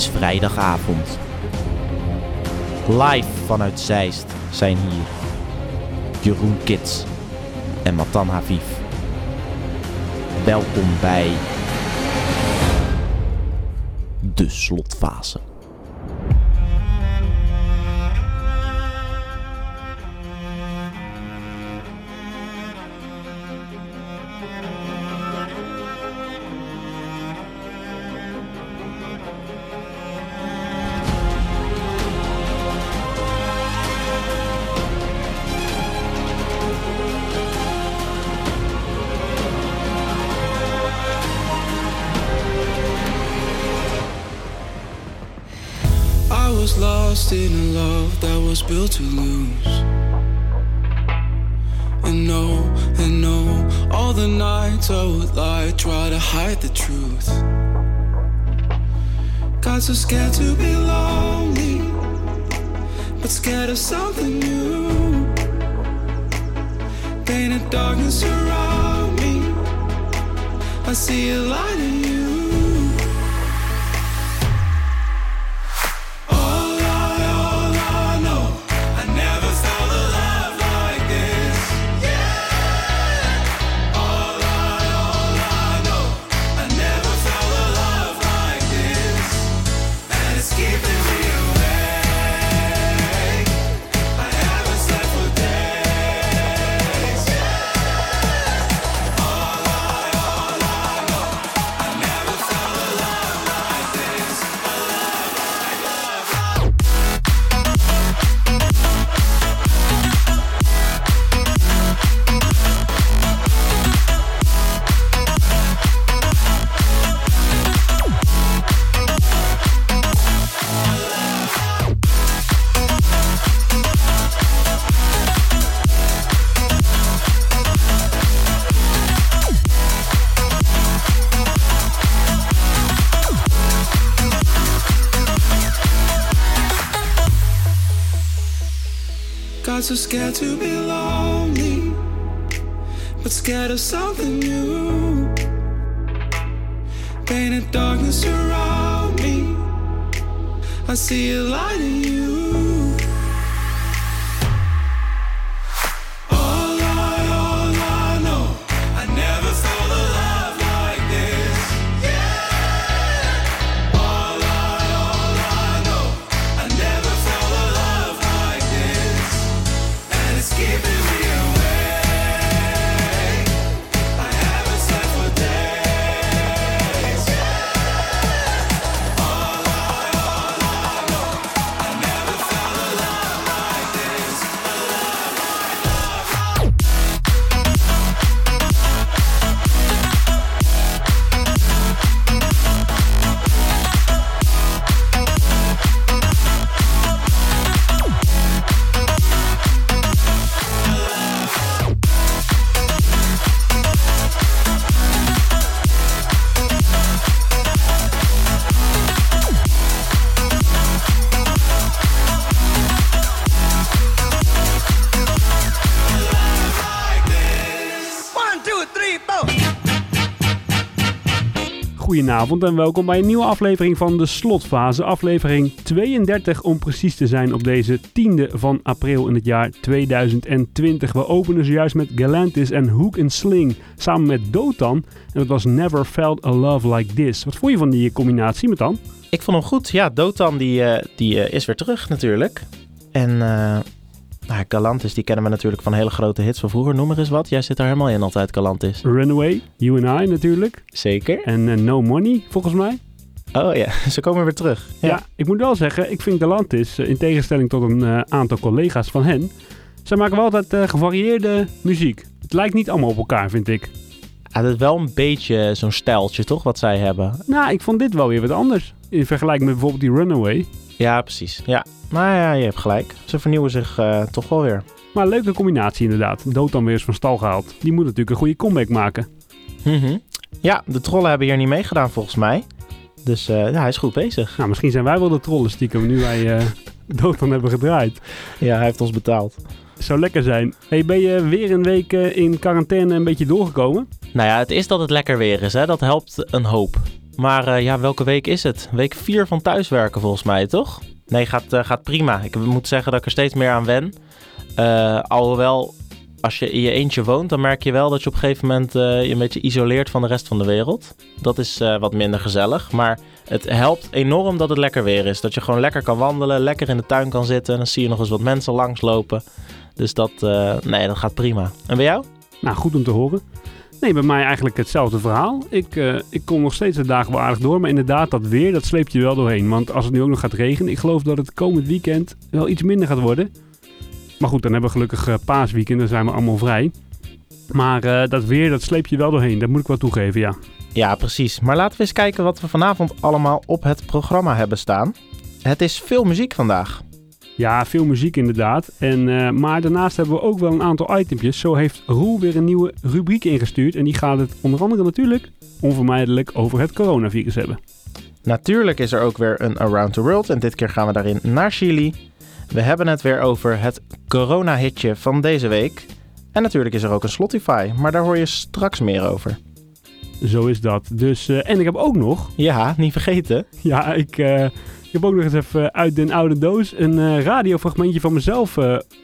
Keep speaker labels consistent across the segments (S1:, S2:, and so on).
S1: is vrijdagavond. Live vanuit Zeist zijn hier Jeroen Kits en Matan Haviv. Welkom bij de slotfase.
S2: Lost in a love that was built to lose. And no, all the nights I would lie, try to hide the truth. Got so scared to be lonely, but scared of something new. Painted darkness around me, I see a light in you. So scared to be lonely, but scared of something new. Painted darkness around me, I see a light in you.
S3: Goedenavond en welkom bij een nieuwe aflevering van de slotfase, aflevering 32 om precies te zijn op deze 10e van april in het jaar 2020. We openen zojuist met Galantis en Hook & Sling samen met Dotan en dat was Never Felt a Love Like This. Wat vond je van die combinatie met dan?
S1: Ik vond hem goed. Ja, Dotan die is weer terug natuurlijk. En Galantis die kennen we natuurlijk van hele grote hits van vroeger. Noem maar eens wat. Jij zit daar helemaal in altijd, Galantis.
S3: Runaway, You and I natuurlijk.
S1: Zeker.
S3: En No Money volgens mij.
S1: Oh ja, ze komen weer terug.
S3: Ja, ik moet wel zeggen, ik vind Galantis, in tegenstelling tot een aantal collega's van hen, zij maken wel altijd gevarieerde muziek. Het lijkt niet allemaal op elkaar, vind ik.
S1: Ja, dat is wel een beetje zo'n stijltje, toch, wat zij hebben?
S3: Nou, ik vond dit wel weer wat anders. In vergelijking met bijvoorbeeld die Runaway.
S1: Ja, precies. Ja. Nou ja, je hebt gelijk. Ze vernieuwen zich toch wel weer.
S3: Maar een leuke combinatie inderdaad. Dotan weer eens van stal gehaald. Die moet natuurlijk een goede comeback maken.
S1: Mm-hmm. Ja, de trollen hebben hier niet meegedaan volgens mij. Dus hij is goed bezig.
S3: Nou, misschien zijn wij wel de trollen stiekem nu wij Dotan hebben gedraaid.
S1: Ja, hij heeft ons betaald.
S3: Zou lekker zijn. Hey, ben je weer een week in quarantaine een beetje doorgekomen?
S1: Nou ja, het is dat het lekker weer is. Hè? Dat helpt een hoop. Maar welke week is het? Week 4 van thuiswerken volgens mij, toch? Nee, gaat prima. Ik moet zeggen dat ik er steeds meer aan wen. Alhoewel, als je in je eentje woont, dan merk je wel dat je op een gegeven moment je een beetje isoleert van de rest van de wereld. Dat is wat minder gezellig, maar het helpt enorm dat het lekker weer is. Dat je gewoon lekker kan wandelen, lekker in de tuin kan zitten. Dan zie je nog eens wat mensen langslopen. Dus dat gaat prima. En bij jou?
S3: Nou, goed om te horen. Nee, bij mij eigenlijk hetzelfde verhaal. Ik kom nog steeds de dagen wel aardig door. Maar inderdaad, dat weer, dat sleept je wel doorheen. Want als het nu ook nog gaat regenen, ik geloof dat het komend weekend wel iets minder gaat worden. Maar goed, dan hebben we gelukkig paasweekend, dan zijn we allemaal vrij. Maar dat weer, dat sleep je wel doorheen. Dat moet ik wel toegeven, ja.
S1: Ja, precies. Maar laten we eens kijken wat we vanavond allemaal op het programma hebben staan. Het is veel muziek vandaag.
S3: Ja, veel muziek inderdaad. Maar daarnaast hebben we ook wel een aantal itempjes. Zo heeft Roel weer een nieuwe rubriek ingestuurd. En die gaat het onder andere natuurlijk onvermijdelijk over het coronavirus hebben.
S1: Natuurlijk is er ook weer een Around the World. En dit keer gaan we daarin naar Chili. We hebben het weer over het corona-hitje van deze week. En natuurlijk is er ook een Slotify. Maar daar hoor je straks meer over.
S3: Zo is dat. Dus, en ik heb ook nog...
S1: Ja, niet vergeten.
S3: Ja, ik heb ook nog eens even uit den oude doos een radiofragmentje van mezelf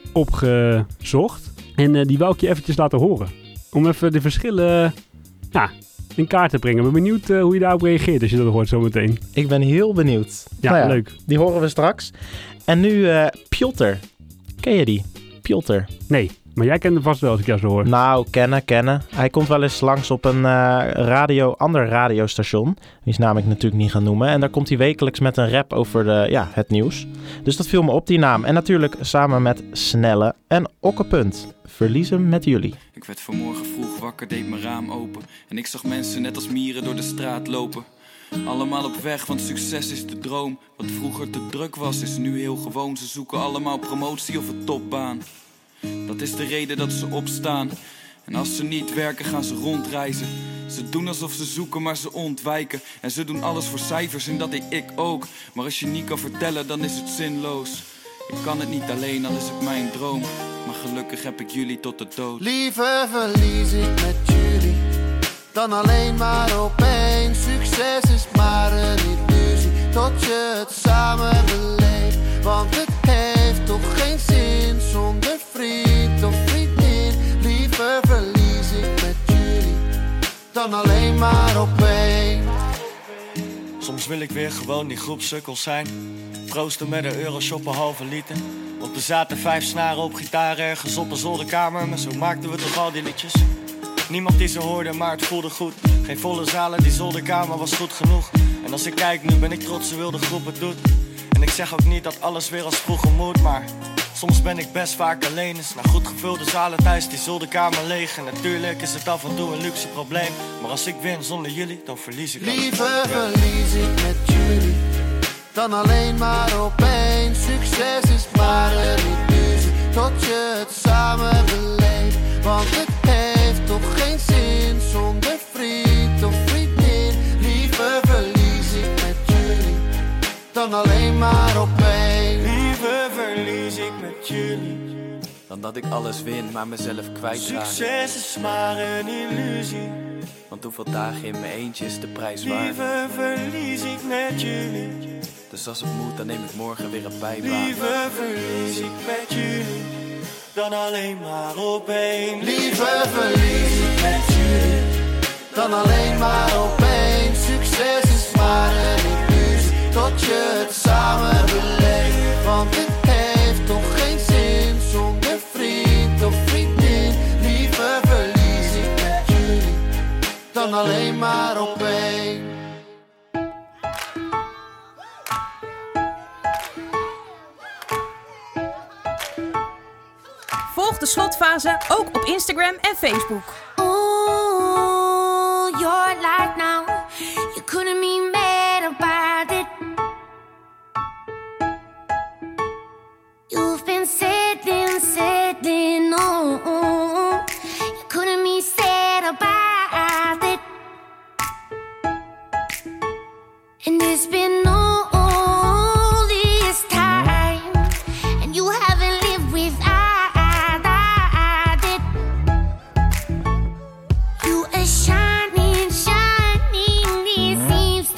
S3: opgezocht. En die wou ik je eventjes laten horen. Om even de verschillen in kaart te brengen. Ik ben benieuwd hoe je daarop reageert als je dat hoort zometeen.
S1: Ik ben heel benieuwd.
S3: Ja, leuk.
S1: Die horen we straks. En nu Piotr. Ken je die? Piotr.
S3: Nee, maar jij kent hem vast wel als ik jou zo hoor.
S1: Nou, kennen. Hij komt wel eens langs op een ander radiostation. Die is namelijk natuurlijk niet gaan noemen. En daar komt hij wekelijks met een rap over het nieuws. Dus dat viel me op, die naam. En natuurlijk samen met Snelle en Okkepunt. Verliezen met jullie.
S4: Ik werd vanmorgen vroeg wakker, deed mijn raam open. En ik zag mensen net als mieren door de straat lopen. Allemaal op weg, want succes is de droom. Wat vroeger te druk was, is nu heel gewoon. Ze zoeken allemaal promotie of een topbaan. Dat is de reden dat ze opstaan. En als ze niet werken, gaan ze rondreizen. Ze doen alsof ze zoeken, maar ze ontwijken. En ze doen alles voor cijfers en dat deed ik ook. Maar als je niet kan vertellen, dan is het zinloos. Ik kan het niet alleen, al is het mijn droom. Maar gelukkig heb ik jullie tot de dood.
S5: Liever verlies ik met jullie dan alleen maar op één. Succes is maar een illusie tot je het samen beleeft. Want het heeft toch geen zin zonder vriend of vriendin. Liever verlies ik met jullie dan alleen maar op één.
S6: Soms wil ik weer gewoon die groep sukkels zijn. Proosten met een euroshop een halve liter. Want er zaten 5 snaren op gitaar ergens op een zolderkamer. Maar zo maakten we toch al die liedjes. Niemand die ze hoorde, maar het voelde goed. Geen volle zalen, die zolderkamer was goed genoeg. En als ik kijk nu ben ik trots hoe de groep het doet. En ik zeg ook niet dat alles weer als vroeger moet. Maar soms ben ik best vaak alleen. Is naar goed gevulde zalen thuis, die zolderkamer leeg. En natuurlijk is het af en toe een luxe probleem. Maar als ik win zonder jullie, dan verlies ik.
S5: Liever verlies ik met jullie dan alleen maar op één. Succes is maar een illusie tot je het samen beleeft. Want het heeft toch geen zin zonder vriend of vriendin. Liever verlies ik met jullie dan alleen maar op één.
S6: Liever verlies ik met jullie
S7: dan dat ik alles win, maar mezelf kwijtraak.
S6: Succes is maar een illusie.
S7: Want hoeveel dagen in mijn eentje is de prijs waard.
S6: Liever verlies ik met jullie.
S7: Dus als het moet, dan neem ik morgen weer een bijbaan.
S6: Liever verlies ik met jullie dan alleen maar op één.
S5: Liever verlies ik met jullie dan alleen maar op één. Succes is maar een illusie tot je het samen beleeft. Want het heeft toch geen zin zonder vriend of vriendin. Liever verlies ik met jullie dan alleen maar op één.
S8: Volg de Slotfase ook op Instagram en Facebook.
S9: Ooh, you're like now. You couldn't be mad about it. You've been sitting, oh. You couldn't be sad about it. And it's been all this time, and you haven't lived without. Shining, it seems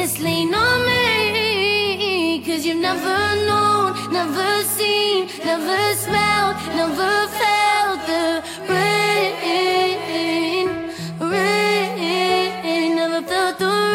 S9: just lean on me, 'cause you've never known, never seen, never smelled, never felt the rain, rain, never felt the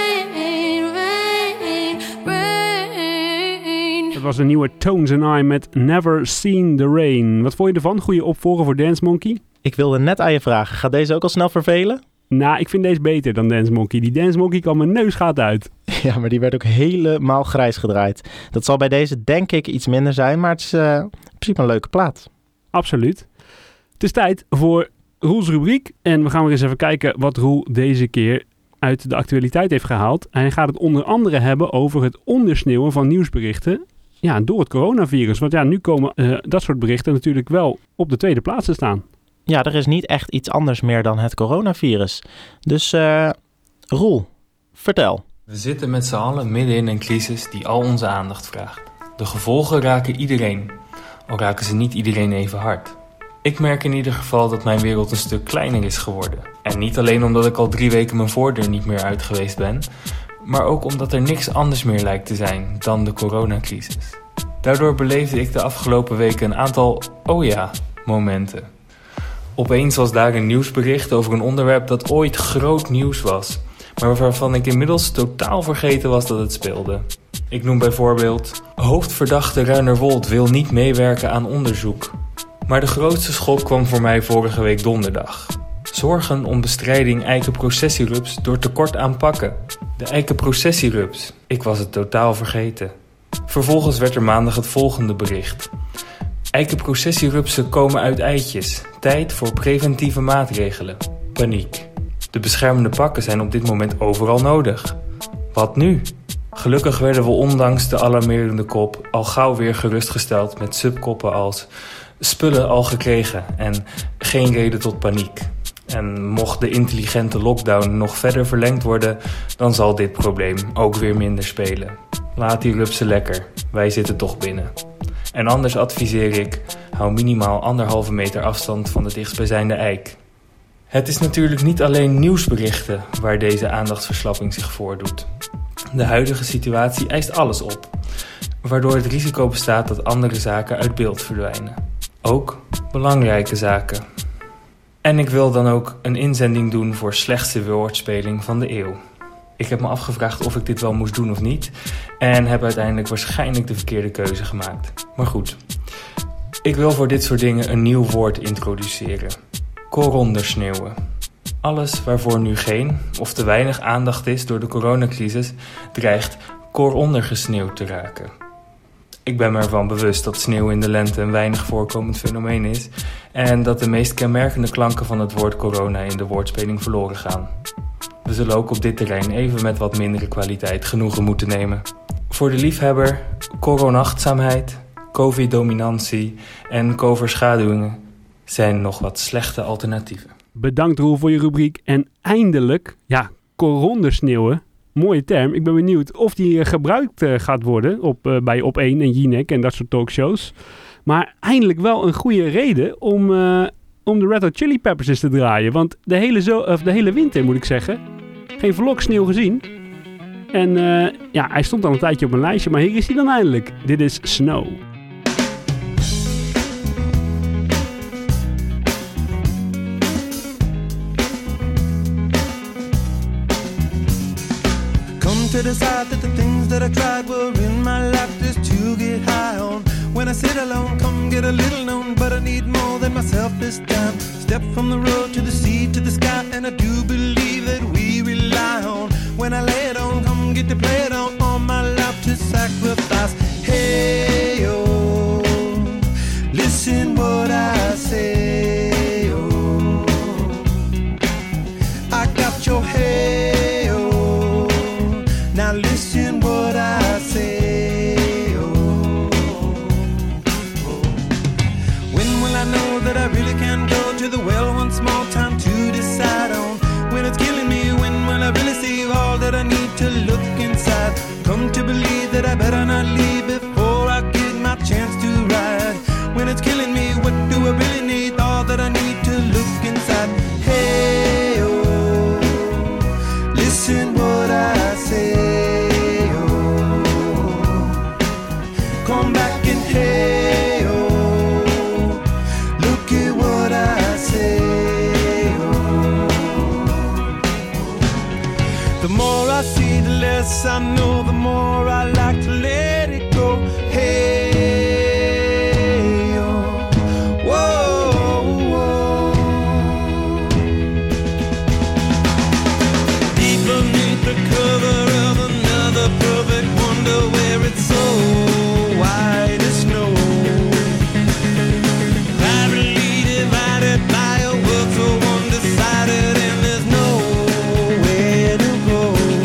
S9: rain.
S3: Dat was een nieuwe Tones and I met Never Seen the Rain. Wat vond je ervan? Goeie opvolger voor Dance Monkey?
S1: Ik wilde net aan je vragen, gaat deze ook al snel vervelen?
S3: Nou, ik vind deze beter dan Dance Monkey. Die Dance Monkey kan mijn neus gaat uit.
S1: Ja, maar die werd ook helemaal grijs gedraaid. Dat zal bij deze denk ik iets minder zijn, maar het is in principe een leuke plaat.
S3: Absoluut. Het is tijd voor Roels rubriek. En we gaan weer eens even kijken wat Roel deze keer uit de actualiteit heeft gehaald. Hij gaat het onder andere hebben over het ondersneeuwen van nieuwsberichten. Ja, door het coronavirus. Want ja, nu komen dat soort berichten natuurlijk wel op de tweede plaats te staan.
S1: Ja, er is niet echt iets anders meer dan het coronavirus. Dus Roel, vertel.
S10: We zitten met z'n allen midden in een crisis die al onze aandacht vraagt. De gevolgen raken iedereen, al raken ze niet iedereen even hard. Ik merk in ieder geval dat mijn wereld een stuk kleiner is geworden. En niet alleen omdat ik al 3 weken mijn voordeur niet meer uit geweest ben, maar ook omdat er niks anders meer lijkt te zijn dan de coronacrisis. Daardoor beleefde ik de afgelopen weken een aantal momenten. Opeens was daar een nieuwsbericht over een onderwerp dat ooit groot nieuws was, maar waarvan ik inmiddels totaal vergeten was dat het speelde. Ik noem bijvoorbeeld: hoofdverdachte Ruinerwold wil niet meewerken aan onderzoek. Maar de grootste schok kwam voor mij vorige week donderdag. Zorgen om bestrijding eikenprocessierups door tekort aan pakken. De eikenprocessierups. Ik was het totaal vergeten. Vervolgens werd er maandag het volgende bericht. Eikenprocessierupsen komen uit eitjes. Tijd voor preventieve maatregelen. Paniek. De beschermende pakken zijn op dit moment overal nodig. Wat nu? Gelukkig werden we ondanks de alarmerende kop al gauw weer gerustgesteld met subkoppen als spullen al gekregen en geen reden tot paniek. En mocht de intelligente lockdown nog verder verlengd worden, dan zal dit probleem ook weer minder spelen. Laat die rupsen lekker, wij zitten toch binnen. En anders adviseer ik, hou minimaal 1,5 meter afstand van de dichtstbijzijnde eik. Het is natuurlijk niet alleen nieuwsberichten waar deze aandachtsverslapping zich voordoet. De huidige situatie eist alles op, waardoor het risico bestaat dat andere zaken uit beeld verdwijnen. Ook belangrijke zaken. En ik wil dan ook een inzending doen voor slechtste woordspeling van de eeuw. Ik heb me afgevraagd of ik dit wel moest doen of niet en heb uiteindelijk waarschijnlijk de verkeerde keuze gemaakt. Maar goed, ik wil voor dit soort dingen een nieuw woord introduceren. Korondersneeuwen. Alles waarvoor nu geen of te weinig aandacht is door de coronacrisis dreigt korondergesneeuwd te raken. Ik ben me ervan bewust dat sneeuw in de lente een weinig voorkomend fenomeen is en dat de meest kenmerkende klanken van het woord corona in de woordspeling verloren gaan. We zullen ook op dit terrein even met wat mindere kwaliteit genoegen moeten nemen. Voor de liefhebber, coronachtzaamheid, covid-dominantie en co-verschaduwingen zijn nog wat slechte alternatieven.
S3: Bedankt Roel voor je rubriek. En eindelijk, korondersneeuwen, mooie term. Ik ben benieuwd of die gebruikt gaat worden bij Op1 en Jinek en dat soort talkshows. Maar eindelijk wel een goede reden om de Red Hot Chili Peppers eens te draaien. Want de hele winter, moet ik zeggen, geen vlok sneeuw gezien. En hij stond al een tijdje op mijn lijstje, maar hier is hij dan eindelijk. Dit is Snow.
S2: To decide that the things that I tried were in my life just to get high on. When I sit alone, come get a little known, but I need more than myself this time. Step from the road to the sea to the sky, and I do believe that we rely on. When I lay it on, come get to play it on, all my life to sacrifice. Hey, oh, listen what I say, oh, I got your head. Now listen what I say, oh, oh. When will I know that I really can go to the well once more? Time to decide on more I see, the less I know, the more I like to let it go. Hey, oh, whoa, whoa. Deep beneath the cover of another perfect wonder, where it's so white as snow, privately divided by a world so undecided, and there's nowhere to go.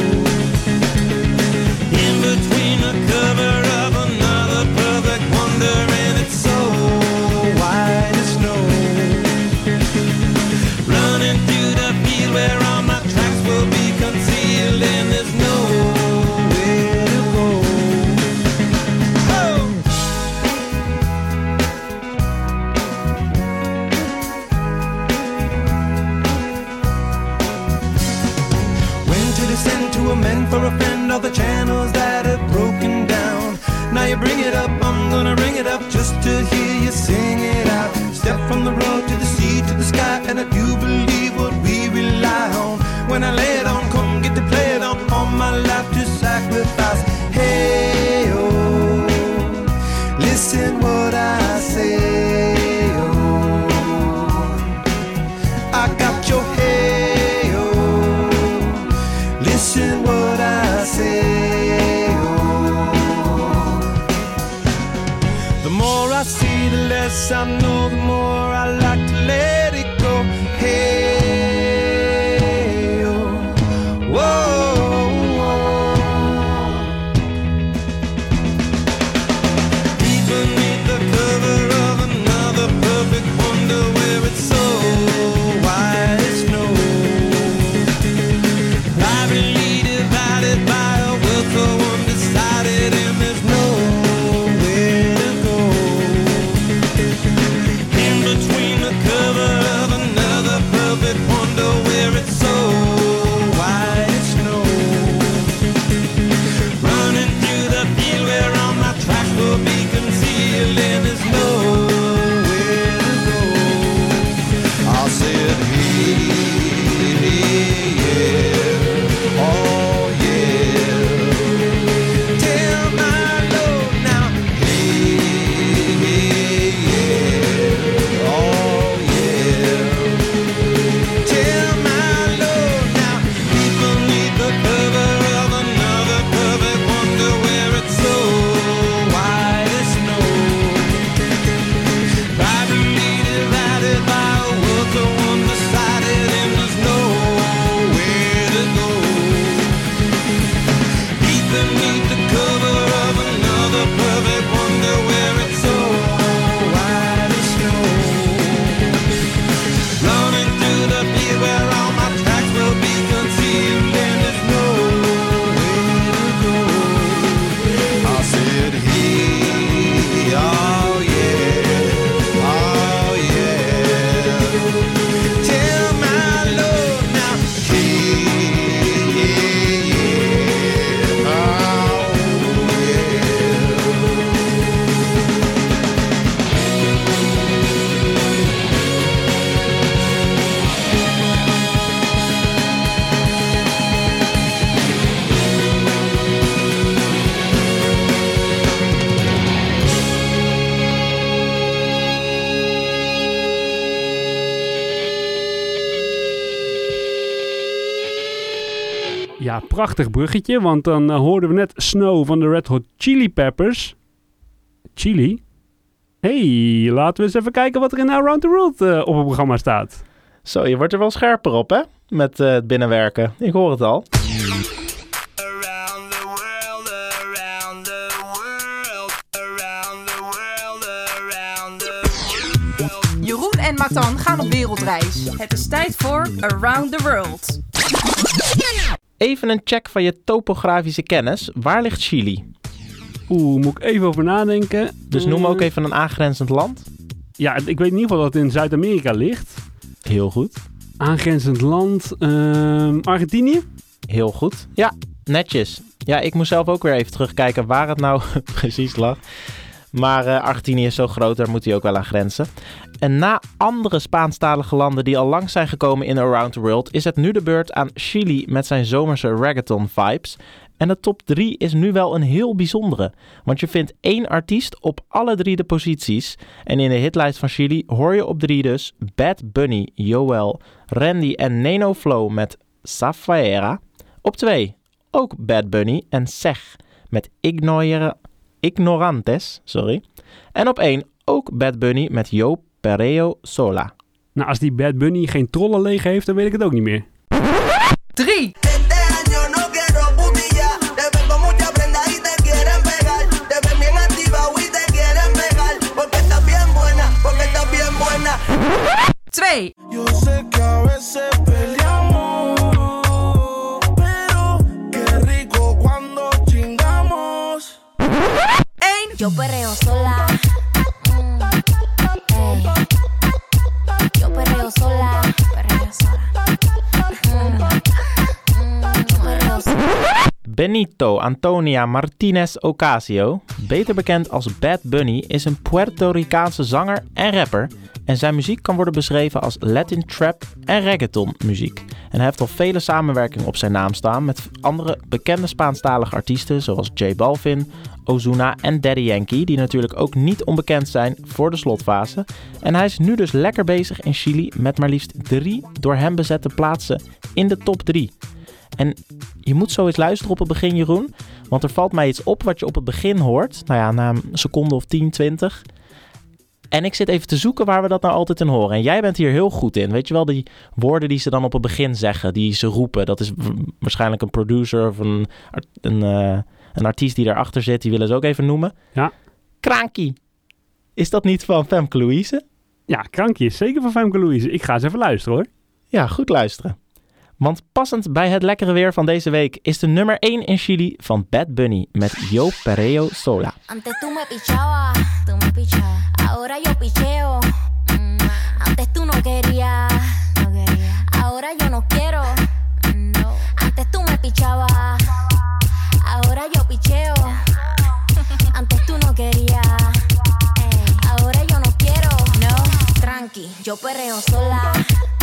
S2: In between the cover of another perfect wonder, and it's so white as snow, running through the field where all my tracks will be concealed, and there's nowhere to go. Oh! When to descend to amend for a friend all the channels that have broken down. Now you bring it up, I'm gonna ring it up just to hear you sing it out. Step from the road to the sea to the sky, and I do believe what we rely on. When I lay it on, come get to play it on, all my life to sacrifice. Hey, oh, listen what I say, oh, I got your hey, oh, listen what I say, oh. The more I see, the less I know, the more I like to let it go. Hey, oh, whoa, whoa. Deep beneath the cover of another perfect wonder, where it's so white as snow, privately divided by a world so undecided, and there's nowhere to go. In between the cover of another perfect wonder, where it's so white as snow, running through the field where all my tracks will be concealed, and there's nowhere to go. I said, hey, yeah, oh yeah, tell my Lord now, hey, yeah, oh yeah, tell my Lord now, deep beneath the cover of another perfect wonder, where it's so white as snow, privately divided by a world so undecided, and there's nowhere to go. Deep beneath the cover of another perfect wonder, where it's so white as snow, running through the field where all my tracks will be concealed, and there's nowhere to go. I said, hey, oh yeah, oh yeah, tell my Lord now, hey, yeah, oh
S3: Ja, prachtig bruggetje, want dan hoorden we net Snow van de Red Hot Chili Peppers. Chili? Hey, laten we eens even kijken wat er in Around the World op het programma staat.
S1: Zo, je wordt er wel scherper op, hè? Met het binnenwerken. Ik hoor het al.
S8: Jeroen en Matan gaan op wereldreis. Het is tijd voor Around the World.
S1: Even een check van je topografische kennis. Waar ligt Chili?
S3: Moet ik even over nadenken.
S1: Dus noem ook even een aangrenzend land.
S3: Ja, ik weet in ieder geval dat het in Zuid-Amerika ligt.
S1: Heel goed.
S3: Aangrenzend land. Argentinië?
S1: Heel goed. Ja, netjes. Ja, ik moest zelf ook weer even terugkijken waar het nou precies lag. Maar Argentinië is zo groot, daar moet hij ook wel aan grenzen. En na andere Spaanstalige landen die al langs zijn gekomen in Around the World, is het nu de beurt aan Chili met zijn zomerse reggaeton vibes. En de top 3 is nu wel een heel bijzondere. Want je vindt 1 artiest op alle 3 de posities. En in de hitlijst van Chili hoor je op 3 dus Bad Bunny, Joel, Randy en Neno Flow met Zafaera. Op 2 ook Bad Bunny en Sech met Ignorantes. En op 1 ook Bad Bunny met Yo Perreo Sola.
S3: Nou, als die Bad Bunny geen trollen leeg heeft, dan weet ik het ook niet meer.
S8: 3. Twee.
S2: Yo sé que a veces peleamos, pero qué rico cuando chingamos.
S9: 1. Yo perreo sola. Yo perreo sola. Perreo sola. Yo perreo sola.
S1: Benito Antonia Martinez Ocasio, beter bekend als Bad Bunny, is een Puerto Ricaanse zanger en rapper. En zijn muziek kan worden beschreven als Latin trap en reggaeton muziek. En hij heeft al vele samenwerkingen op zijn naam staan met andere bekende Spaanstalige artiesten zoals J Balvin, Ozuna en Daddy Yankee, die natuurlijk ook niet onbekend zijn voor de slotfase. En hij is nu dus lekker bezig in Chili met maar liefst 3 door hem bezette plaatsen in de top 3. En je moet zo eens luisteren op het begin, Jeroen, want er valt mij iets op wat je op het begin hoort. Nou ja, na een seconde of 10, 20... En ik zit even te zoeken waar we dat nou altijd in horen. En jij bent hier heel goed in. Weet je wel, die woorden die ze dan op het begin zeggen, die ze roepen. Dat is waarschijnlijk een producer of een artiest die daarachter zit. Die willen ze ook even noemen.
S3: Ja.
S1: Krankie. Is dat niet van Femke Louise?
S3: Ja, Krankie is zeker van Femke Louise. Ik ga eens even luisteren, hoor.
S1: Ja, goed luisteren. Want passend bij het lekkere weer van deze week is de nummer 1 in Chili van Bad Bunny met Yo Perreo Sola.
S9: Antes tú me pichabas, ahora yo picheo. Antes tú no querías, ahora yo no quiero. Antes tú me pichabas, ahora yo picheo. Antes tú no querías, ahora yo no quiero. No, tranqui, yo perreo sola.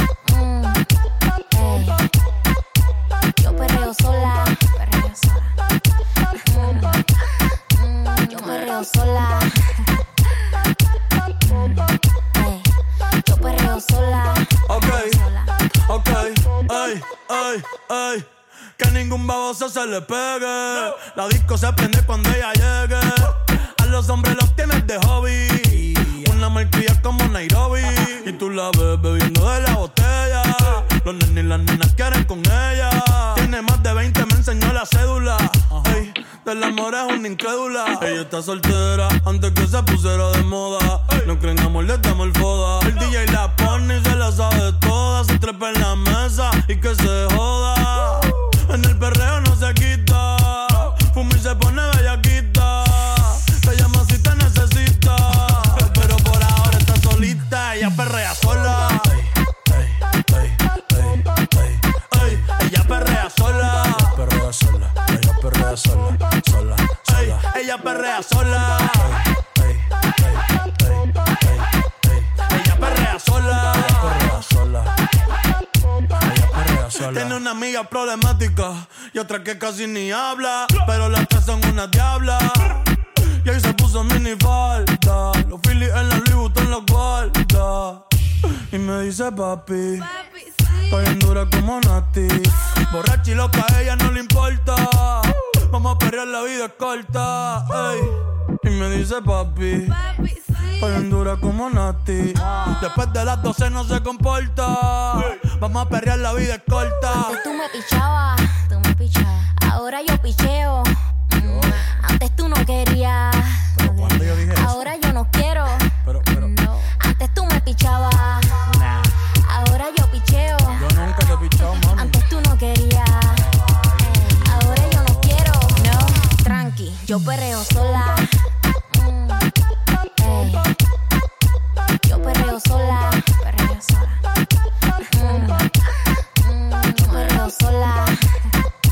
S9: Yo perreo sola, perreo sola. Yo perreo sola. Yo perreo sola.
S2: Ok, ey. Que ningún baboso se le pegue. La disco se prende cuando ella llegue. A los hombres los tienes de hobby. Una malcria como Nairobi. Y tú la ves bebiendo de la botella. Los nenes y las nenas quieren con ella. Tiene más de 20, me enseñó la cédula. Ey, del amor es una incrédula. Ella está soltera antes que se pusiera de moda. No creen amor, le damos el foda. El DJ la pone y se la sabe toda. Se trepa en la mesa y que se joda. En el perreo no se quita. Fuma y se pone bellaquita. Te llama si te necesita. Pero por ahora está solita. Ella perrea sola. Ella perrea sola. Ella perrea sola. Ella perrea sola. Tiene una amiga problemática y otra que casi ni habla, pero las tres son una diabla. Y ahí se puso mini falda, los Phillies en la Louis Vuitton los guarda. Y me dice papi, estoy bien dura como Nati. Borracha y loca, a ella no le importa. Vamos a perrear, la vida es corta. Ey. Y me dice papi, estoy bien dura como Nati. Después de las 12 no se comporta. Vamos a perrear, la vida es corta.
S9: Antes tú me pichabas, ahora yo picheo. Antes tú no querías, ahora yo no quiero. Antes tú me pichabas, ahora yo picheo.
S2: Yo nunca te he pichado, mami.
S9: Antes tú no querías, ahora yo no quiero. No, tranqui, yo perreo sola. Yo perreo sola, perreo sola. Yo perreo sola.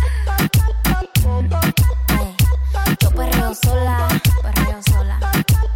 S9: Yo perreo sola, perreo sola.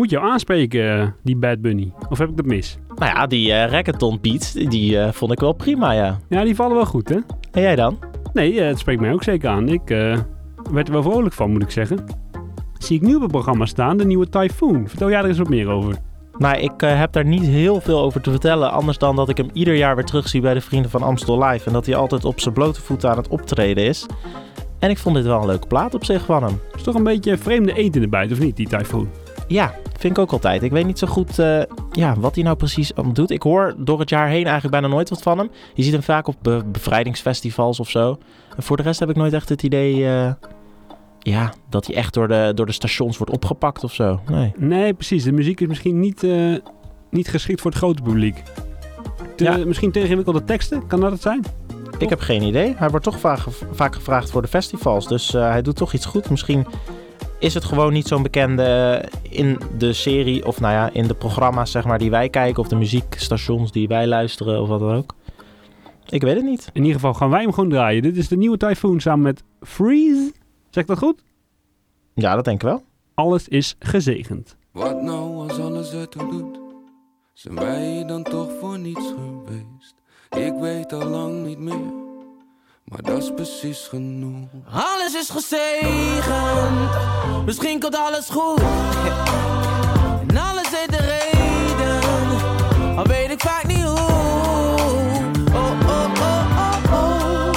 S3: moet jou aanspreken, die Bad Bunny. Of heb ik dat mis?
S1: Nou ja, die reggaeton beats, die vond ik wel prima, ja.
S3: Ja, die vallen wel goed, hè?
S1: En jij dan?
S3: Nee, het spreekt mij ook zeker aan. Ik werd er wel vrolijk van, moet ik zeggen. Zie ik nu op het programma staan, de nieuwe Typhoon. Vertel jij er eens wat meer over.
S1: Nou, ik heb daar niet heel veel over te vertellen. Anders dan dat ik hem ieder jaar weer terugzie bij de Vrienden van Amstel Live. En dat hij altijd op zijn blote voeten aan het optreden is. En ik vond dit wel een leuke plaat op zich van hem.
S3: Is toch een beetje vreemde eend in de bijt, of niet, die Typhoon?
S1: Ja, vind ik ook altijd. Ik weet niet zo goed wat hij nou precies doet. Ik hoor door het jaar heen eigenlijk bijna nooit wat van hem. Je ziet hem vaak op bevrijdingsfestivals of zo. En voor de rest heb ik nooit echt het idee dat hij echt door de stations wordt opgepakt of zo.
S3: Nee, precies. De muziek is misschien niet geschikt voor het grote publiek. Misschien te ingewikkelde teksten, kan dat het zijn?
S1: Ik heb geen idee. Hij wordt toch vaak gevraagd voor de festivals. Dus hij doet toch iets goed. Misschien is het gewoon niet zo'n bekende in de serie of in de programma's zeg maar die wij kijken of de muziekstations die wij luisteren of wat dan ook. Ik weet het niet.
S3: In ieder geval gaan wij hem gewoon draaien. Dit is de nieuwe Typhoon samen met Freeze. Zeg ik dat goed?
S1: Ja, dat denk ik wel.
S3: Alles is gezegend.
S11: Wat nou als alles ertoe doet? Zijn wij dan toch voor niets geweest? Ik weet al lang niet meer, maar dat is precies genoeg.
S12: Alles is gezegend, misschien komt alles goed. En alles heeft de reden, al weet ik vaak niet hoe. Oh, oh, oh, oh, oh.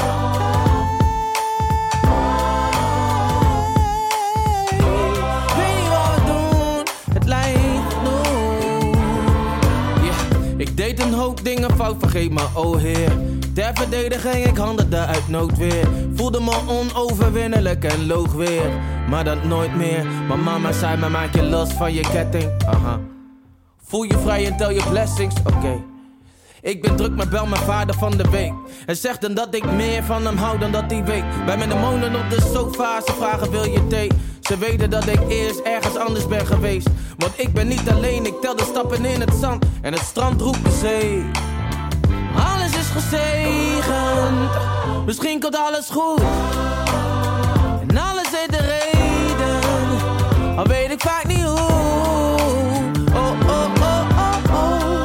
S12: Weet niet wat we doen, het lijkt genoeg. Yeah. Ik deed een hoop dingen fout, vergeet me, oh heer. Ter verdediging, ik handelde uit noodweer. Voelde me onoverwinnelijk en loog weer. Maar dat nooit meer. Mijn mama zei me, maak je los van je ketting. Aha. Voel je vrij en tel je blessings, oké. Ik ben druk, maar bel mijn vader van de week. En zegt dan dat ik meer van hem hou dan dat hij weet. Bij mijn demonen op de sofa, ze vragen wil je thee. Ze weten dat ik eerst ergens anders ben geweest. Want ik ben niet alleen, ik tel de stappen in het zand. En het strand roept de zee. Alles is gezegend, misschien komt alles goed. En alles heeft de reden, al weet ik vaak niet hoe. Oh, oh, oh, oh, oh.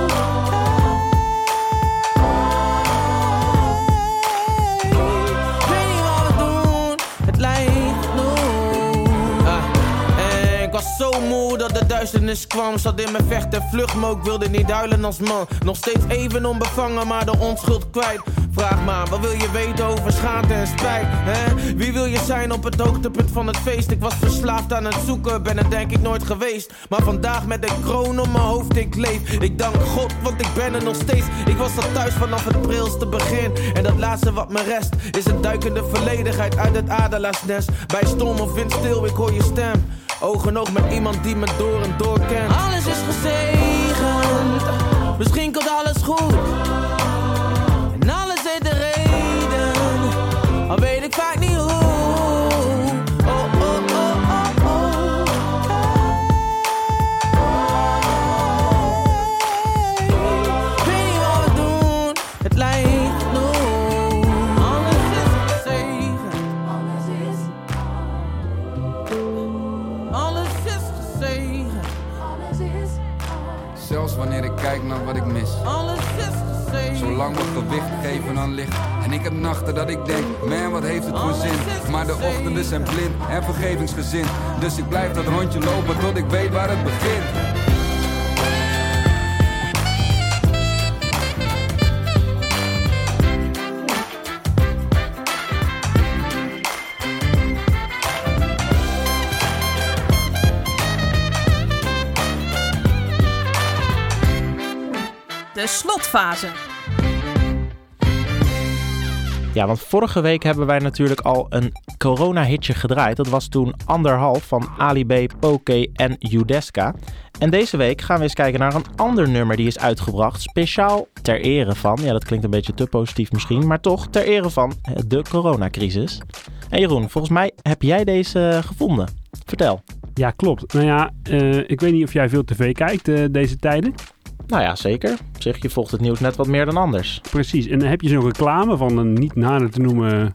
S12: Weet niet wat we doen, het lijkt genoeg. En ik was zo moe dat de duisternis kwam. Zat in mijn vecht en vlucht, maar ik wilde niet huilen als man. Nog steeds even onbevangen, maar de onschuld kwijt. Vraag maar, wat wil je weten over schaamte en spijt? Hè? Wie wil je zijn op het hoogtepunt van het feest? Ik was verslaafd aan het zoeken, ben er denk ik nooit geweest. Maar vandaag met een kroon op mijn hoofd, ik leef. Ik dank God, want ik ben er nog steeds. Ik was al thuis vanaf het prilste begin. En dat laatste wat me rest, is een duikende volledigheid uit het adelaarsnest. Bij storm of windstil, ik hoor je stem. Oog in oog met iemand die me door en door kent. Alles is gezegend, misschien komt alles goed. En alles heeft de reden, al weet ik vaak niet hoe. Oh, oh, oh, oh, oh. Weet niet wat we doen, het lijkt genoeg. Alles is gezegend. Alles is gezegend.
S11: Zelfs wanneer ik kijk naar wat ik mis.
S12: Alles is gezegend.
S11: Zolang we gewicht geven aan licht. En ik heb nachten dat ik denk, man wat heeft het voor zin. Maar de ochtenden zijn blind en vergevingsgezind. Dus ik blijf dat rondje lopen tot ik weet waar het begint.
S8: De slotfase.
S1: Ja, want vorige week hebben wij natuurlijk al een corona-hitje gedraaid. Dat was toen 1,5 van Ali B, Poké en Judeska. En deze week gaan we eens kijken naar een ander nummer die is uitgebracht. Speciaal ter ere van, ja dat klinkt een beetje te positief misschien, maar toch ter ere van de coronacrisis. En Jeroen, volgens mij heb jij deze gevonden. Vertel.
S3: Ja, klopt. Nou ja, ik weet niet of jij veel tv kijkt deze tijden.
S1: Nou ja, zeker. Op zich, je volgt het nieuws net wat meer dan anders.
S3: Precies. En dan heb je zo'n reclame van een niet nader te noemen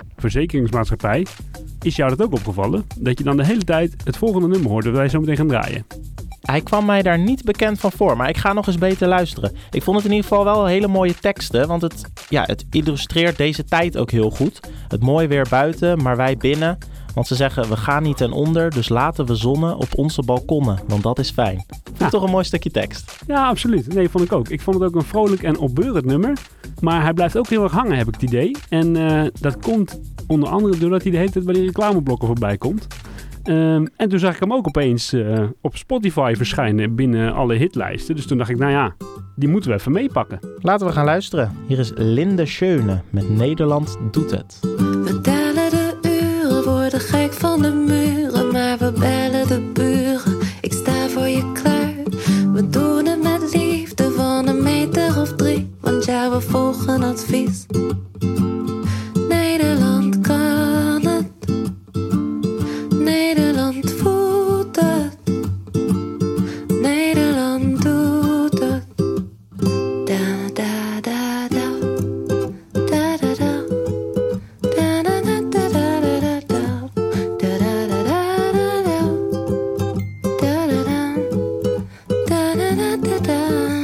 S3: verzekeringsmaatschappij. Is jou dat ook opgevallen? Dat je dan de hele tijd het volgende nummer hoort dat wij zo meteen gaan draaien.
S1: Hij kwam mij daar niet bekend van voor, maar ik ga nog eens beter luisteren. Ik vond het in ieder geval wel hele mooie teksten, want het illustreert deze tijd ook heel goed. Het mooi weer buiten, maar wij binnen. Want ze zeggen, we gaan niet ten onder, dus laten we zonnen op onze balkonnen, want dat is fijn. Vond ik toch een mooi stukje tekst.
S3: Ja, absoluut. Nee, vond ik ook. Ik vond het ook een vrolijk en opbeurend nummer. Maar hij blijft ook heel erg hangen, heb ik het idee. En dat komt onder andere doordat hij de hele tijd bij die reclameblokken voorbij komt. En toen zag ik hem ook opeens op Spotify verschijnen binnen alle hitlijsten. Dus toen dacht ik, nou ja, die moeten we even meepakken.
S1: Laten we gaan luisteren. Hier is Linde Schöne met Nederland doet het.
S13: We tellen de uren, worden gek van de muren, maar we bellen de buren. Ik sta voor je klaar. We doen het met liefde van 1 meter of 3, want ja, we volgen advies. Nederland kan het. Nederland voelt het. Nederland doet het. Da da da da. Da da da. Da da da da da da da. Da da da da da da. Da da da. Da da da da.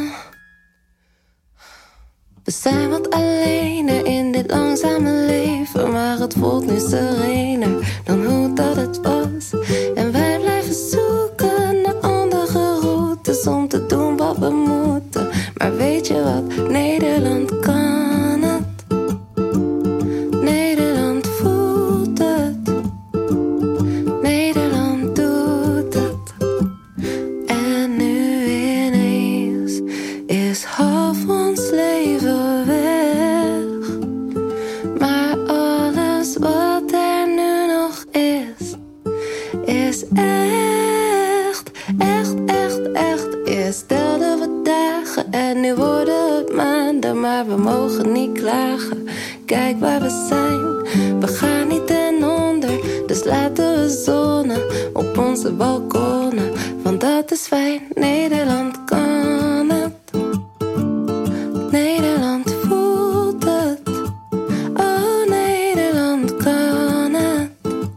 S13: We zijn wat alleen in dit langzame leven, maar het voelt nu serener dan hoe dat het was. En wij blijven zoeken naar andere routes om te doen wat we moeten. Maar weet je wat? Nederland kan het. Nederland voelt het. Nederland doet het. En nu ineens is half ons leven weg. Maar alles wat er nu nog is echt, echt, echt, echt. Eerst telden we dagen en nu worden het maanden, maar we mogen niet klagen. Kijk waar we zijn, we gaan niet ten onder, dus laten we zonnen op onze balkonnen, want dat is fijn. Nederland kan het. Nederland voelt het. Oh, Nederland kan het.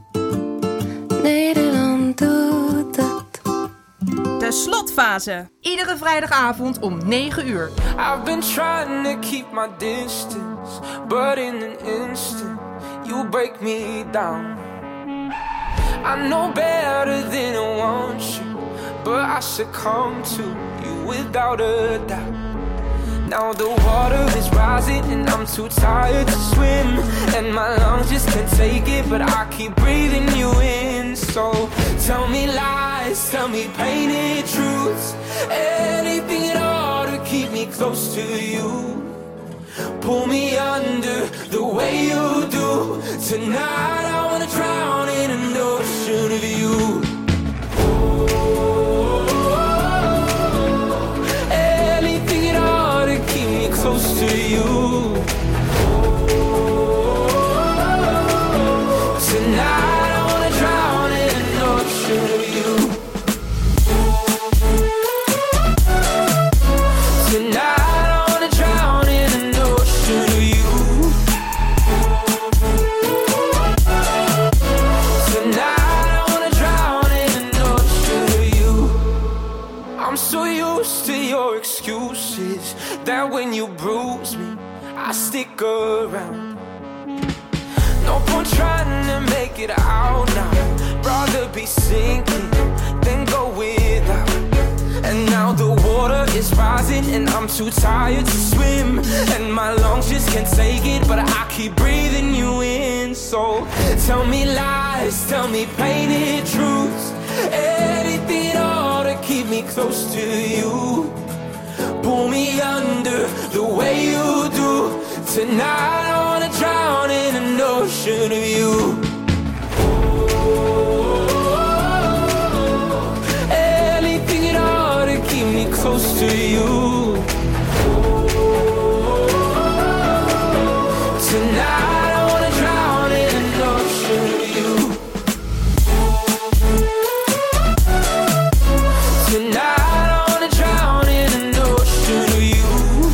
S13: Nederland doet het.
S8: De slotfase. Iedere vrijdagavond om 9 uur.
S14: I've been trying to keep my distance, but in an instant you break me down. I know better than I want you, but I succumb to you without a doubt. Now the water is rising and I'm too tired to swim, and my lungs just can't take it, but I keep breathing you in. So tell me lies, tell me painted truths, anything at all to keep me close to you. Pull me under the way you do. Tonight I wanna drown in an ocean of you. Anything at all to keep me close to you. Tonight I wanna drown in an ocean of you. Tonight I wanna drown in an ocean of you. Tonight I wanna drown in an ocean of you. I'm so used to your excuses that when you bruise me, I stick around. No point trying to make it out now. Rather be sinking than go without. And now the water is rising and I'm too tired to swim, and my lungs just can't take it, but I keep breathing you in. So tell me lies, tell me painted truths, anything at all to keep me close to you. Pull me under the way you do. Tonight I wanna drown in an ocean of you. Anything at all to keep me close to you. Tonight I wanna drown in an ocean of you. Tonight I wanna drown in an ocean of you.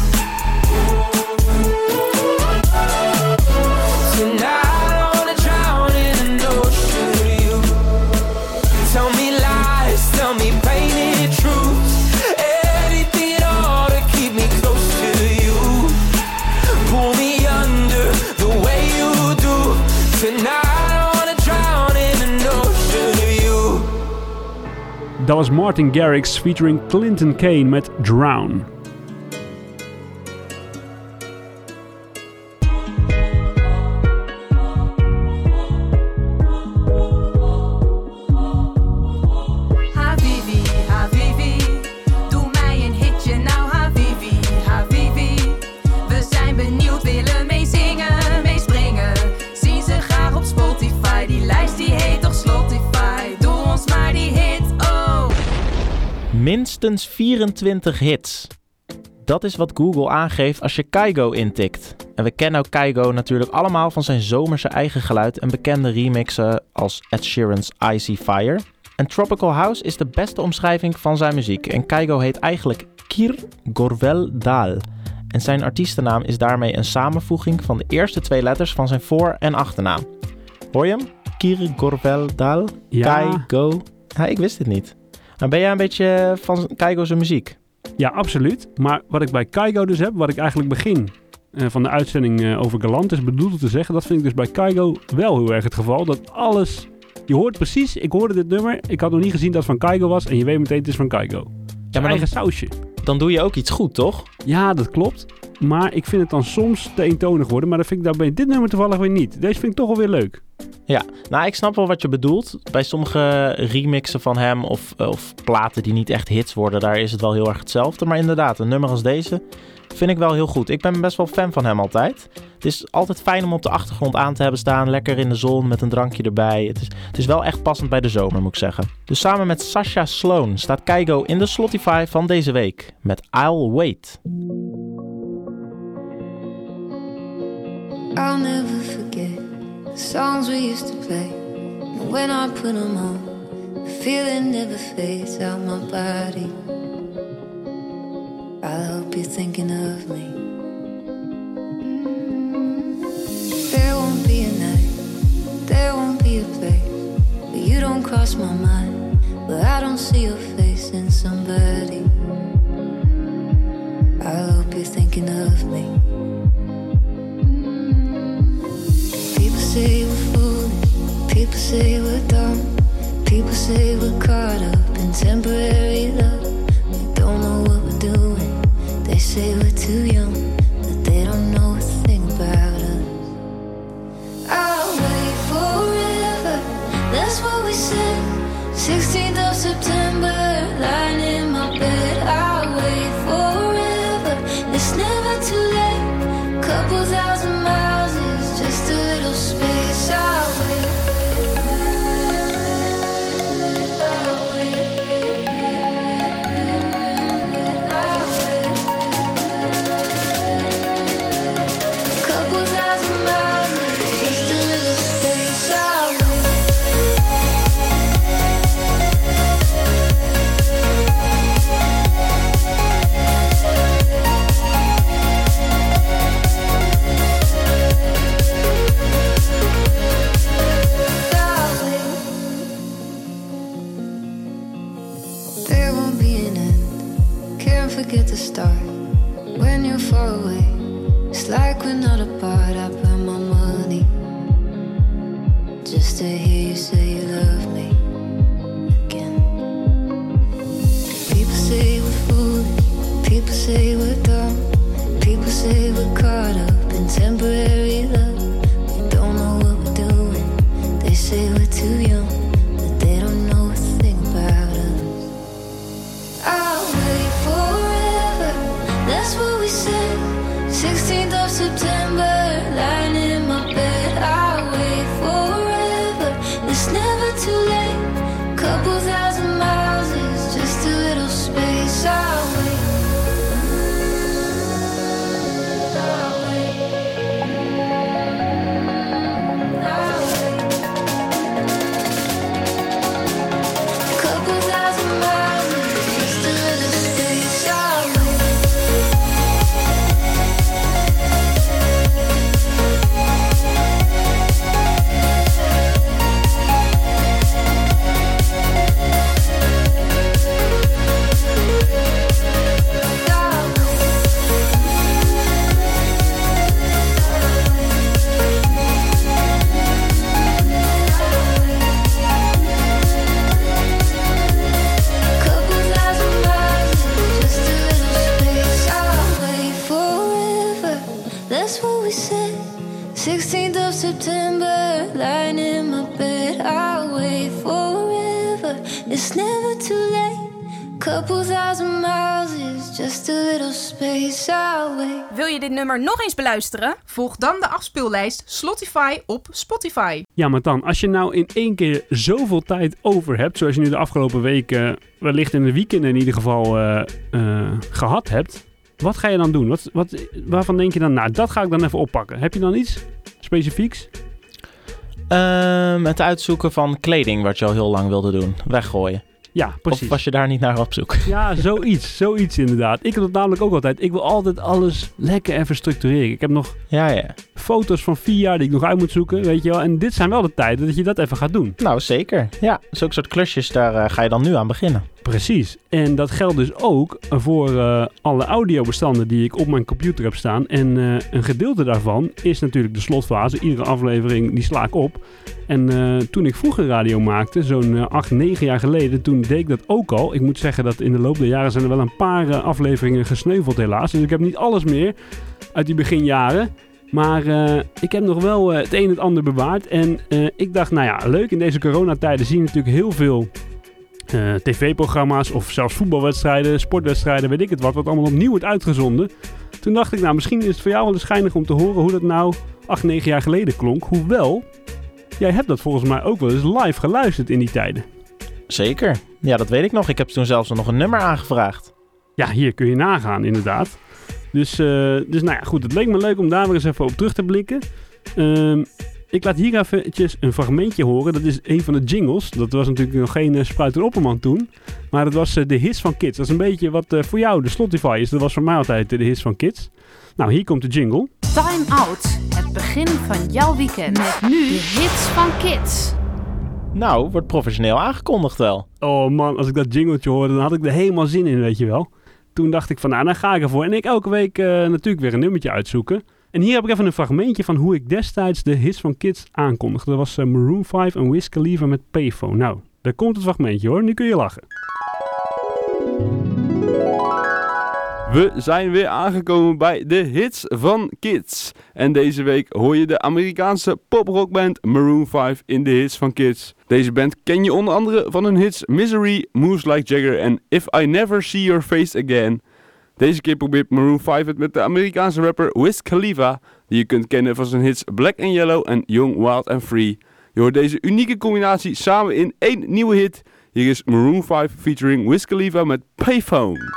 S14: Tonight I wanna drown in an ocean of you. Tell me lies, tell me painted truth,
S3: Dat was Martin Garrix featuring Clinton Kane met Drown.
S1: Minstens 24 hits. Dat is wat Google aangeeft als je Kygo intikt. En we kennen ook Kygo natuurlijk allemaal van zijn zomerse eigen geluid en bekende remixen als Ed Sheeran's Icy Fire. En Tropical House is de beste omschrijving van zijn muziek. En Kygo heet eigenlijk Kir Gorvel Dal. En zijn artiestennaam is daarmee een samenvoeging van de eerste 2 letters van zijn voor- en achternaam. Hoor je hem? Kir Gorvel Dal?
S3: Ja.
S1: Kygo? Ja, ik wist het niet. Maar ben jij een beetje van Kygo's muziek?
S3: Ja, absoluut. Maar wat ik bij Kygo dus heb, wat ik eigenlijk begin van de uitzending over Galantis bedoelde te zeggen, dat vind ik dus bij Kygo wel heel erg het geval. Dat alles, je hoort precies, ik hoorde dit nummer, ik had nog niet gezien dat het van Kygo was en je weet meteen het is van Kygo. Ja, maar eigen sausje.
S1: Dan doe je ook iets goed, toch?
S3: Ja, dat klopt. Maar ik vind het dan soms te eentonig worden, maar dat vind ik daar bij dit nummer toevallig weer niet. Deze vind ik toch wel weer leuk.
S1: Ja, nou ik snap wel wat je bedoelt. Bij sommige remixen van hem of platen die niet echt hits worden, daar is het wel heel erg hetzelfde. Maar inderdaad, een nummer als deze vind ik wel heel goed. Ik ben best wel fan van hem altijd. Het is altijd fijn om op de achtergrond aan te hebben staan, lekker in de zon met een drankje erbij. Het is wel echt passend bij de zomer, moet ik zeggen. Dus samen met Sasha Sloan staat Kygo in de Slotify van deze week met I'll Wait.
S13: I'll never forget the songs we used to play. And when I put them on, the feeling never fades out my body. I hope you're thinking of me. There won't be a night, there won't be a place where you don't cross my mind, where I don't see your face in somebody. I hope you're thinking of me. People say we're foolish, people say we're dumb, people say we're caught up in temporary love. We don't know what we're doing, they say we're too young, but they don't know a thing about us. I'll wait forever, that's what we said. 16th of September, lying in my bed. I'll wait forever, it's never too late. Couple thousand miles is just a little space. I'll wait. Couple thousand miles is just a little space. I'll wait. There won't be an end, can't forget to start. When you're far away, it's like we're not apart. I burn my money just to hear you say you love me again. People say we're foolish, people say we're dumb, people say we're caught up in temporary love. We don't know what we're doing, they say we're too young, but they don't know a thing about us. I'll wait forever, that's what we said. 16th of September, lying in my bed. I'll wait forever, it's never too late. Couple thousand miles is just a little space. I'll wait. I'll wait. I'll wait. Couple thousand miles is just a little space. I'll wait. That's what we said. 16th of September, lying in my bed. I'll wait forever. It's never too late. Couple thousand miles is just a little space. I'll wait.
S8: Wil je dit nummer nog eens beluisteren? Volg dan de afspeellijst Slotify op Spotify.
S3: Ja, maar dan, als je nou in één keer zoveel tijd over hebt, zoals je nu de afgelopen weken, wellicht in de weekenden in ieder geval, gehad hebt, wat ga je dan doen? Waarvan denk je dan, nou, dat ga ik dan even oppakken. Heb je dan iets specifieks?
S1: Het uitzoeken van kleding wat je al heel lang wilde doen. Weggooien.
S3: Ja, precies.
S1: Of was je daar niet naar op zoek?
S3: Ja, zoiets inderdaad. Ik heb dat namelijk ook altijd. Ik wil altijd alles lekker even structureren. Ik heb nog foto's van 4 jaar die ik nog uit moet zoeken, weet je wel. En dit zijn wel de tijden dat je dat even gaat doen.
S1: Nou, zeker. Ja, zulke soort klusjes, daar ga je dan nu aan beginnen.
S3: Precies. En dat geldt dus ook voor alle audiobestanden die ik op mijn computer heb staan. En een gedeelte daarvan is natuurlijk de slotfase. Iedere aflevering die sla ik op. En toen ik vroeger radio maakte, zo'n 8-9 jaar geleden, toen deed ik dat ook al. Ik moet zeggen dat in de loop der jaren zijn er wel een paar afleveringen gesneuveld helaas. Dus ik heb niet alles meer uit die beginjaren. Maar ik heb nog wel het een en het ander bewaard. En ik dacht, nou ja, leuk. In deze coronatijden zie je natuurlijk heel veel tv-programma's of zelfs voetbalwedstrijden, sportwedstrijden, weet ik het wat allemaal opnieuw wordt uitgezonden. Toen dacht ik, nou, misschien is het voor jou wel eens schijnig om te horen hoe dat nou 8-9 jaar geleden klonk. Hoewel, jij hebt dat volgens mij ook wel eens live geluisterd in die tijden.
S1: Zeker. Ja, dat weet ik nog. Ik heb toen zelfs nog een nummer aangevraagd.
S3: Ja, hier kun je nagaan, inderdaad. Dus nou ja, goed. Het leek me leuk om daar weer eens even op terug te blikken. Ik laat hier eventjes een fragmentje horen. Dat is een van de jingles. Dat was natuurlijk nog geen Spruiter Opperman toen. Maar dat was de hits van Kids. Dat is een beetje wat voor jou de Slotify is. Dat was voor mij altijd de hits van Kids. Nou, hier komt de jingle.
S15: Time Out. Het begin van jouw weekend. Met nu de hits van Kids.
S1: Nou, wordt professioneel aangekondigd wel.
S3: Oh man, als ik dat jingletje hoorde, dan had ik er helemaal zin in, weet je wel. Toen dacht ik van, nou, dan ga ik ervoor. En ik elke week natuurlijk weer een nummertje uitzoeken. En hier heb ik even een fragmentje van hoe ik destijds de hits van Kids aankondigde. Dat was Maroon 5 en Wiz Khalifa met Payphone. Nou, daar komt het fragmentje hoor. Nu kun je lachen.
S16: We zijn weer aangekomen bij de hits van Kids. En deze week hoor je de Amerikaanse poprockband Maroon 5 in de hits van Kids. Deze band ken je onder andere van hun hits Misery, Moves Like Jagger en If I Never See Your Face Again. Deze keer probeert Maroon 5 het met de Amerikaanse rapper Wiz Khalifa, die je kunt kennen van zijn hits Black and Yellow en Young, Wild and Free. Je hoort deze unieke combinatie samen in één nieuwe hit. Hier is Maroon 5 featuring Wiz Khalifa met Payphone.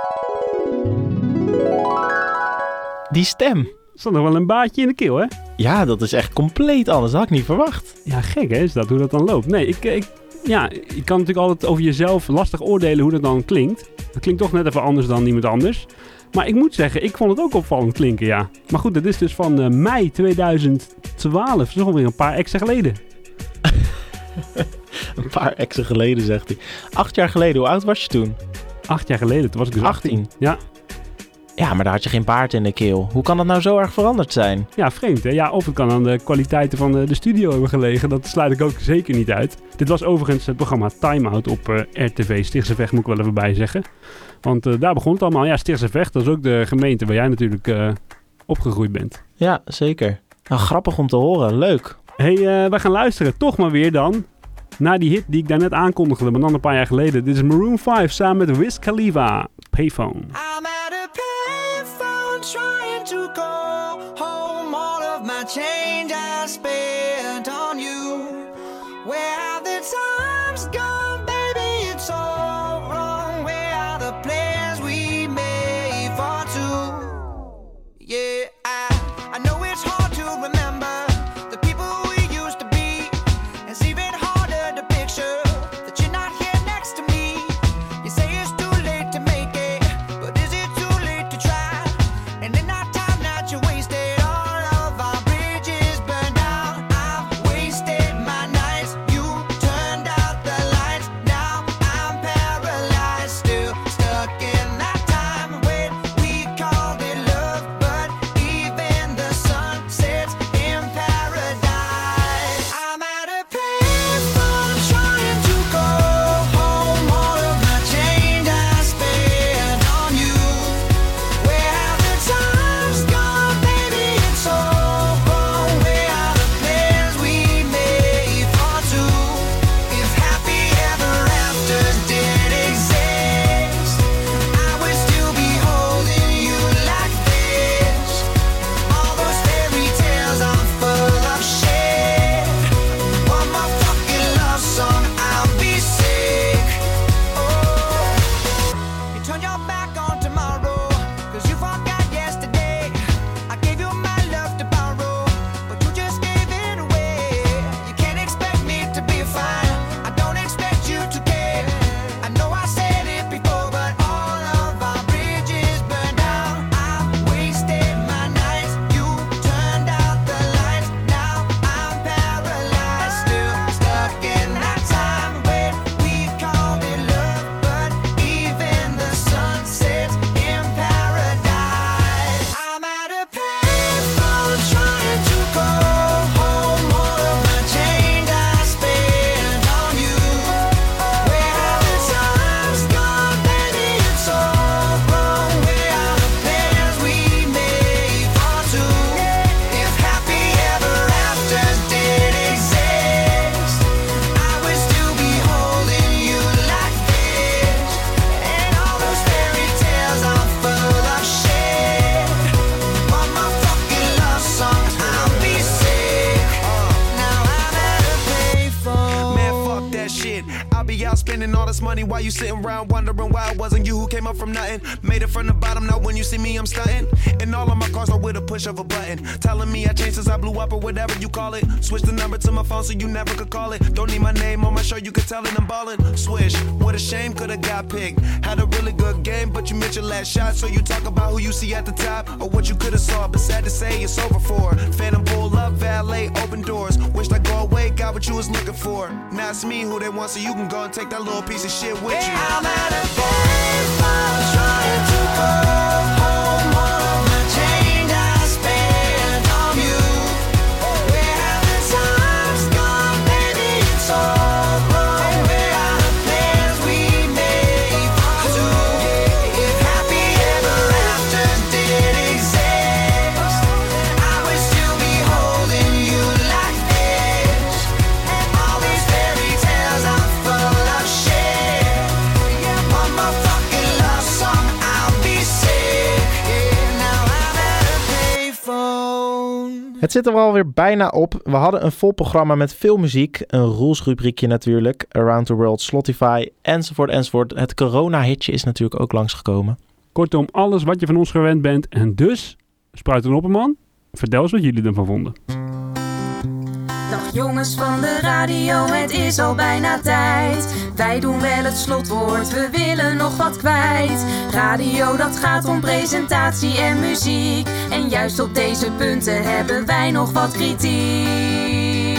S1: Die stem.
S3: Er staat nog wel een baatje in de keel, hè?
S1: Ja, dat is echt compleet anders. Dat had ik niet verwacht.
S3: Ja, gek hè, is dat hoe dat dan loopt. Nee, ik kan natuurlijk altijd over jezelf lastig oordelen hoe dat dan klinkt. Dat klinkt toch net even anders dan iemand anders. Maar ik moet zeggen, ik vond het ook opvallend klinken, ja. Maar goed, dat is dus van mei 2012. Dat is alweer een paar extra geleden.
S1: Een paar extra geleden, zegt hij. 8 jaar geleden, hoe oud was je toen?
S3: 8 jaar geleden, toen was ik dus 18. Ja.
S1: Ja, maar daar had je geen baard in de keel. Hoe kan dat nou zo erg veranderd zijn?
S3: Ja, vreemd hè. Ja, of het kan aan de kwaliteiten van de studio hebben gelegen. Dat sluit ik ook zeker niet uit. Dit was overigens het programma Time Out op RTV Stichtse Vecht, moet ik wel even bij zeggen. Want daar begon het allemaal. Ja, Stichtse Vecht, dat is ook de gemeente waar jij natuurlijk opgegroeid bent.
S1: Ja, zeker. Nou, grappig om te horen. Leuk.
S3: Hey, wij gaan luisteren toch maar weer dan naar die hit die ik daarnet aankondigde, maar dan een paar jaar geleden. Dit is Maroon 5 samen met Wiz Khalifa, Payphone.
S2: I'm at a payphone trying to call home. All of my change I spent on you. Where have the times gone, baby? It's all wrong. Where are the plans we made for two? Yeah, I know it's hard to remember the people we used to be. It's even harder to picture that you're not here next to me. You say it's too late to make it, but is it too late to try? And in that time that you wasted, all of our bridges burned out. I've wasted my all this money while you sitting around wondering why it wasn't you who came up from nothing. Made it from the bottom, now when you see me I'm stunting. And all of my cars are with a push of a button. Telling me I changed since I blew up or whatever you call it. Switch the number to my phone so you never could call it. Don't need my name on my shirt, you could tell it I'm ballin'. Swish, what a shame, could've got picked. Had a really good game, but you missed your last shot. So you talk about who you see at the top or what you could've saw. But sad to say it's over for. Phantom pull up, valet, open doors. Wished I go away, got what you was looking for. Now it's me who they want, so you can go and take that little piece of shit with you.
S14: I'm at a baseball trying to go home. All of the change I spent on you. Where have the times gone, baby? It's all wrong. Where are the plans we made for two? If happy ever after did exist, I would still be holding you like this. And all these fairy tales are full of shit. One more fucking love song, I'll be sick. Now I'm at a payphone.
S1: Het zit er alweer bijna op. We hadden een vol programma met veel muziek. Een rules-rubriekje natuurlijk. Around the World, Slotify, enzovoort, enzovoort. Het corona-hitje is natuurlijk ook langsgekomen.
S3: Kortom, alles wat je van ons gewend bent. En dus, Spruit en Opperman, vertel eens wat jullie ervan vonden.
S8: Dag jongens van de radio, het is al bijna tijd. Wij doen wel het slotwoord, we willen nog wat kwijt. Radio, dat gaat om presentatie en muziek. En juist op deze punten hebben wij nog wat kritiek.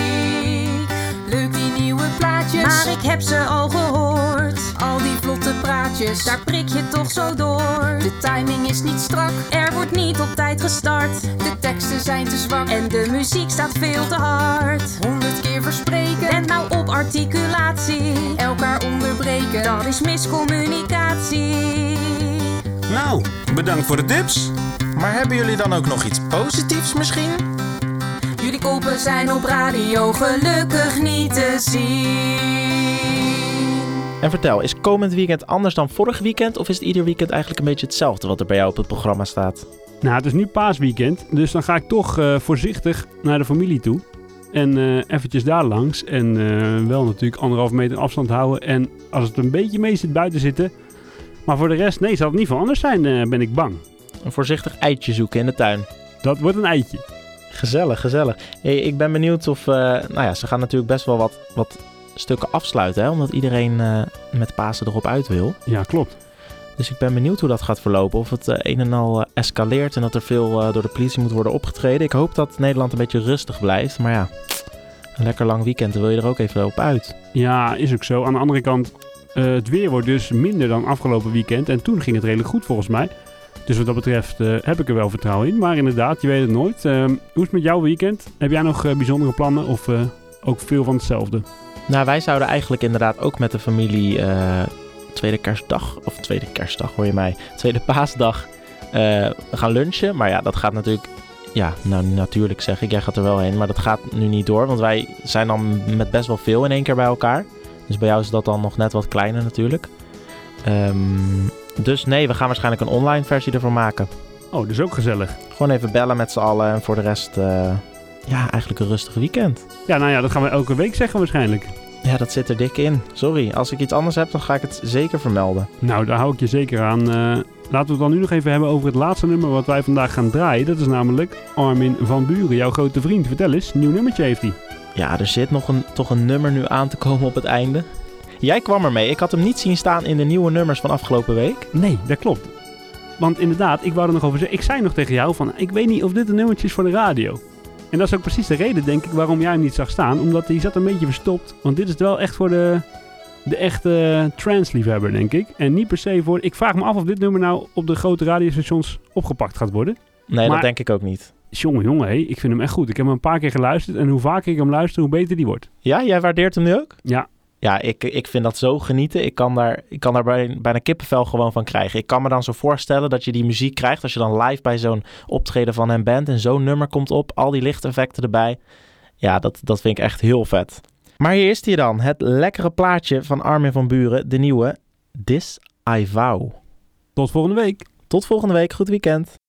S8: Leuk die nieuwe plaatjes, maar ik heb ze al gehoord. Al die vlotte praatjes, daar prik je toch zo door. De timing is niet strak, er wordt niet op tijd gestart. De teksten zijn te zwak en de muziek staat veel te hard. 100 keer verspreken, let nou op articulatie. Elkaar onderbreken, dat is miscommunicatie.
S17: Nou, bedankt voor de tips. Maar hebben jullie dan ook nog iets positiefs misschien?
S8: Jullie koppen zijn op radio gelukkig niet te zien.
S1: En vertel, is komend weekend anders dan vorig weekend? Of is het ieder weekend eigenlijk een beetje hetzelfde wat er bij jou op het programma staat?
S3: Nou, het is nu paasweekend, dus dan ga ik toch voorzichtig naar de familie toe. En eventjes daar langs. En wel natuurlijk 1,5 meter afstand houden. En als het een beetje mee zit, buiten zitten. Maar voor de rest, nee, zal het niet veel anders zijn, ben ik bang.
S1: Een voorzichtig eitje zoeken in de tuin.
S3: Dat wordt een eitje.
S1: Gezellig, gezellig. Hey, ik ben benieuwd of... ze gaan natuurlijk best wel wat stukken afsluiten, hè? Omdat iedereen met Pasen erop uit wil.
S3: Ja, klopt.
S1: Dus ik ben benieuwd hoe dat gaat verlopen. Of het een en al escaleert en dat er veel door de politie moet worden opgetreden. Ik hoop dat Nederland een beetje rustig blijft. Maar ja, een lekker lang weekend, dan wil je er ook even op uit.
S3: Ja, is ook zo. Aan de andere kant, het weer wordt dus minder dan afgelopen weekend. En toen ging het redelijk goed volgens mij. Dus wat dat betreft heb ik er wel vertrouwen in. Maar inderdaad, je weet het nooit. Hoe is het met jouw weekend? Heb jij nog bijzondere plannen of ook veel van hetzelfde?
S1: Nou, wij zouden eigenlijk inderdaad ook met de familie tweede hoor je mij, tweede paasdag gaan lunchen. Maar ja, dat gaat natuurlijk, natuurlijk zeg ik, jij gaat er wel heen. Maar dat gaat nu niet door, want wij zijn dan met best wel veel in één keer bij elkaar. Dus bij jou is dat dan nog net wat kleiner natuurlijk. Dus nee, we gaan waarschijnlijk een online versie ervan maken.
S3: Oh, dus ook gezellig.
S1: Gewoon even bellen met z'n allen en voor de rest, eigenlijk een rustig weekend.
S3: Ja, nou ja, dat gaan we elke week zeggen waarschijnlijk.
S1: Ja, dat zit er dik in. Sorry, als ik iets anders heb, dan ga ik het zeker vermelden.
S3: Nou, daar hou ik je zeker aan. Laten we het dan nu nog even hebben over het laatste nummer wat wij vandaag gaan draaien. Dat is namelijk Armin van Buuren, jouw grote vriend. Vertel eens, een nieuw nummertje heeft hij.
S1: Ja, er zit toch een nummer nu aan te komen op het einde. Jij kwam ermee. Ik had hem niet zien staan in de nieuwe nummers van afgelopen week.
S3: Nee, dat klopt. Want inderdaad, ik wou er nog over zeggen. Ik zei nog tegen jou van, ik weet niet of dit een nummertje is voor de radio. En dat is ook precies de reden, denk ik, waarom jij hem niet zag staan. Omdat hij zat een beetje verstopt. Want dit is wel echt voor de echte trance-liefhebber, denk ik. En niet per se voor... Ik vraag me af of dit nummer nou op de grote radiostations opgepakt gaat worden.
S1: Nee, maar dat denk ik ook niet.
S3: Jongen, hey, ik vind hem echt goed. Ik heb hem een paar keer geluisterd. En hoe vaker ik hem luister, hoe beter die wordt.
S1: Ja, jij waardeert hem nu ook?
S3: Ja.
S1: Ja, ik vind dat zo genieten. Ik kan daar bijna kippenvel gewoon van krijgen. Ik kan me dan zo voorstellen dat je die muziek krijgt als je dan live bij zo'n optreden van hem bent en zo'n nummer komt op, al die lichteffecten erbij. Ja, dat vind ik echt heel vet. Maar hier is hij dan, het lekkere plaatje van Armin van Buuren, de nieuwe This I Vow.
S3: Tot volgende week.
S1: Tot volgende week, goed weekend.